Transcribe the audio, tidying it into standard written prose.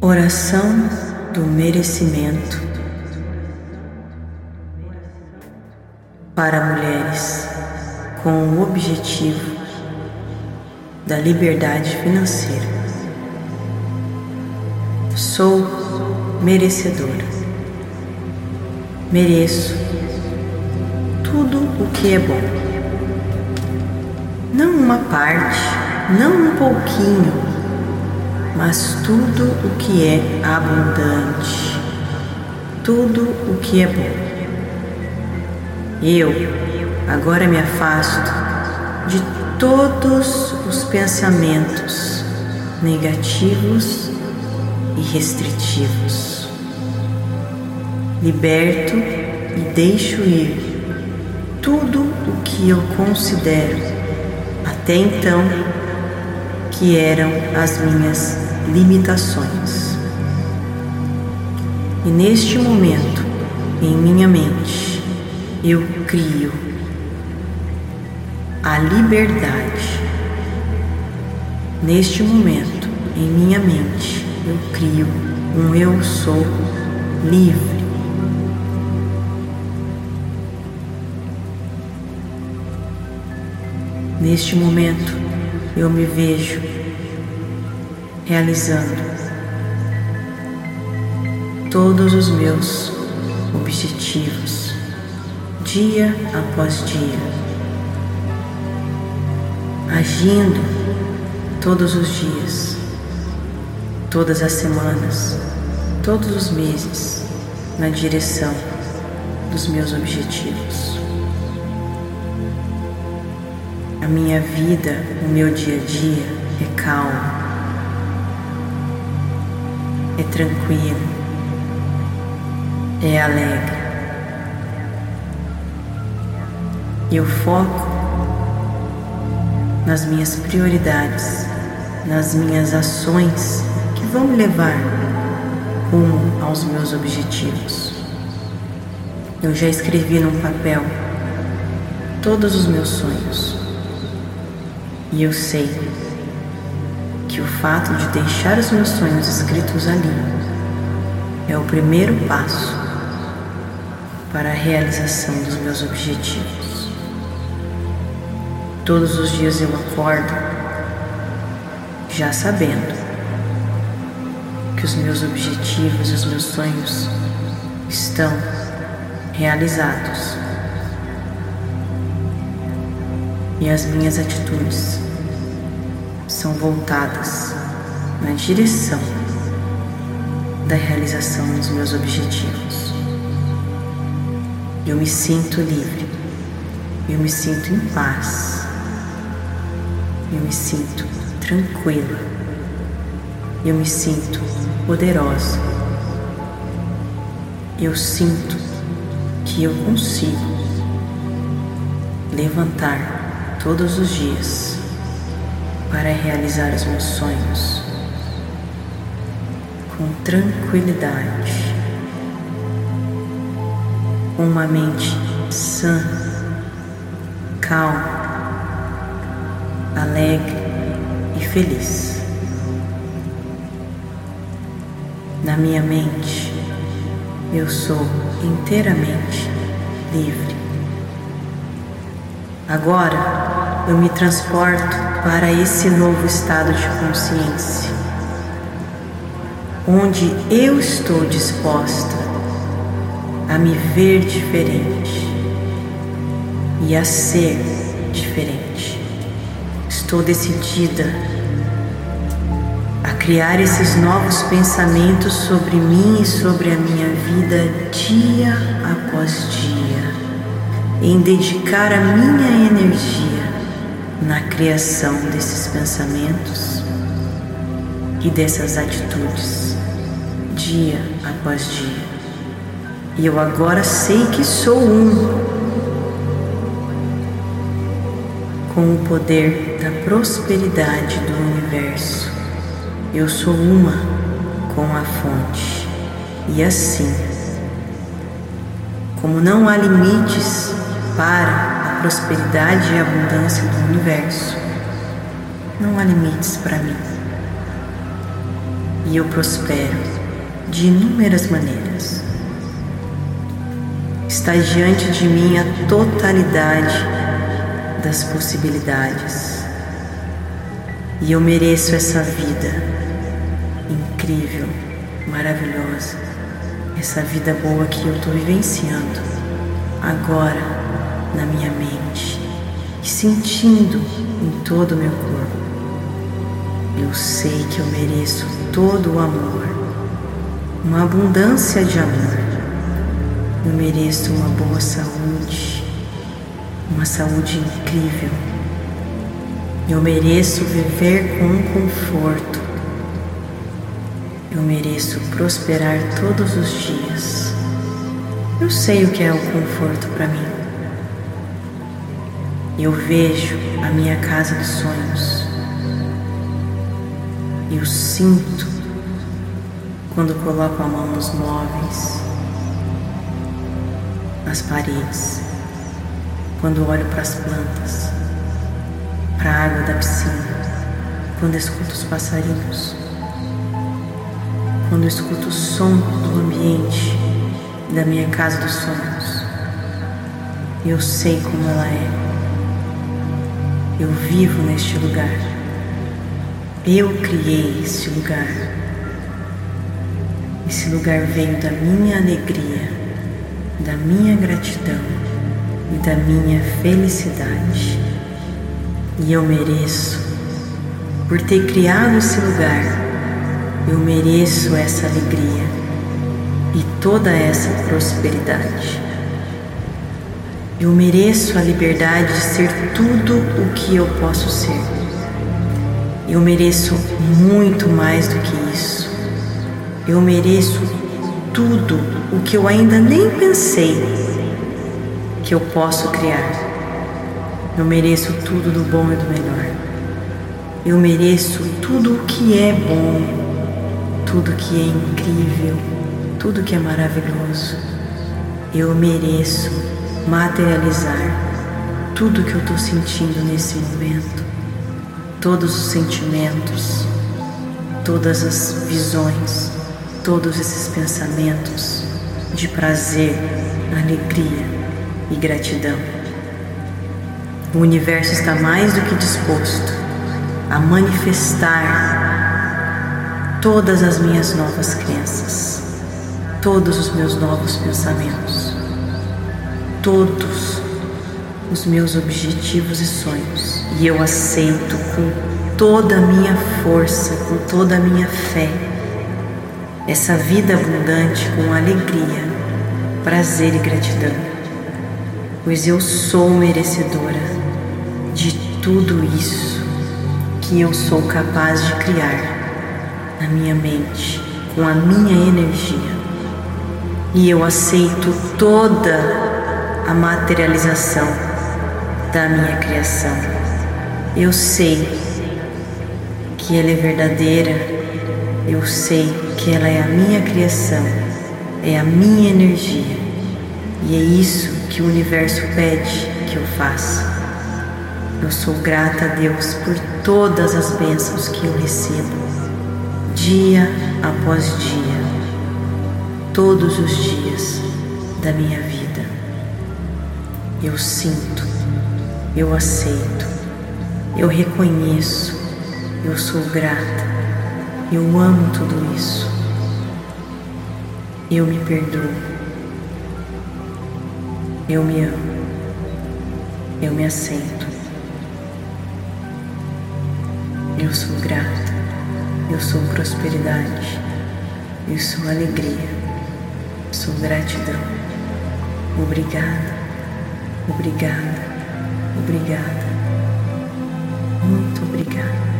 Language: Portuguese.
Oração do merecimento para mulheres com o objetivo da liberdade financeira. Sou merecedora. Mereço tudo o que é bom. Não uma parte, não um pouquinho, mas tudo o que é abundante, tudo o que é bom. Eu agora me afasto de todos os pensamentos negativos e restritivos. Liberto e deixo ir tudo o que eu considero até então que eram as minhas limitações. E neste momento, em minha mente, eu crio a liberdade. Neste momento, em minha mente, eu crio um eu sou livre. Neste momento, eu me vejo realizando todos os meus objetivos, dia após dia, agindo todos os dias, todas as semanas, todos os meses, na direção dos meus objetivos. A minha vida, o meu dia a dia é calmo, é tranquilo, é alegre. Eu foco nas minhas prioridades, nas minhas ações que vão me levar rumo aos meus objetivos. Eu já escrevi num papel todos os meus sonhos. E eu sei que o fato de deixar os meus sonhos escritos ali é o primeiro passo para a realização dos meus objetivos. Todos os dias eu acordo já sabendo que os meus objetivos e os meus sonhos estão realizados. E as minhas atitudes são voltadas na direção da realização dos meus objetivos. Eu me sinto livre, eu me sinto em paz, eu me sinto tranquila, eu me sinto poderosa. Eu sinto que eu consigo levantar todos os dias para realizar os meus sonhos com tranquilidade, com uma mente sã, calma, alegre e feliz. Na minha mente, eu sou inteiramente livre. Agora eu me transporto para esse novo estado de consciência, onde eu estou disposta a me ver diferente e a ser diferente. Estou decidida a criar esses novos pensamentos sobre mim e sobre a minha vida dia após dia, em dedicar a minha energia na criação desses pensamentos e dessas atitudes, dia após dia. E eu agora sei que sou com o poder da prosperidade do universo. Eu sou uma com a fonte. E assim, como não há limites para a prosperidade e a abundância do universo, não há limites para mim. e eu prospero de inúmeras maneiras. Está diante de mim a totalidade das possibilidades e eu mereço essa vida incrível, maravilhosa, essa vida boa que eu estou vivenciando agora na minha mente e sentindo em todo o meu corpo. Eu sei que eu mereço todo o amor, uma abundância de amor. Eu mereço uma boa saúde, uma saúde incrível. Eu mereço viver com conforto. Eu mereço prosperar todos os dias. Eu sei o que é o conforto para mim. Eu vejo a minha casa dos sonhos. Eu sinto quando coloco a mão nos móveis, nas paredes, quando olho para as plantas, para a água da piscina, quando escuto os passarinhos, quando escuto o som do ambiente da minha casa dos sonhos. Eu sei como ela é. Eu vivo neste lugar. Eu criei este lugar. Esse lugar veio da minha alegria, da minha gratidão e da minha felicidade. E eu mereço, por ter criado esse lugar, eu mereço essa alegria e toda essa prosperidade. Eu mereço a liberdade de ser tudo o que eu posso ser. Eu mereço muito mais do que isso. Eu mereço tudo o que eu ainda nem pensei que eu posso criar. Eu mereço tudo do bom e do melhor. Eu mereço tudo o que é bom, tudo que é incrível, tudo que é maravilhoso. Eu mereço materializar tudo que eu estou sentindo nesse momento, todos os sentimentos, todas as visões, todos esses pensamentos de prazer, alegria e gratidão. O universo está mais do que disposto a manifestar todas as minhas novas crenças, todos os meus novos pensamentos, todos os meus objetivos e sonhos. E eu aceito com toda a minha força, com toda a minha fé, essa vida abundante com alegria, prazer e gratidão, pois eu sou merecedora de tudo isso que eu sou capaz de criar na minha mente, com a minha energia. E eu aceito toda a materialização da minha criação. Eu sei que ela é verdadeira, eu sei que ela é a minha criação, é a minha energia, e é isso que o universo pede que eu faça. Eu sou grata a Deus por todas as bênçãos que eu recebo, dia após dia, todos os dias da minha vida. Eu sinto, eu aceito, eu reconheço, eu sou grata, eu amo tudo isso. Eu me perdoo, eu me amo, eu me aceito. Eu sou grata, eu sou prosperidade, eu sou alegria, sou gratidão. Obrigada, obrigada, obrigada, muito obrigada.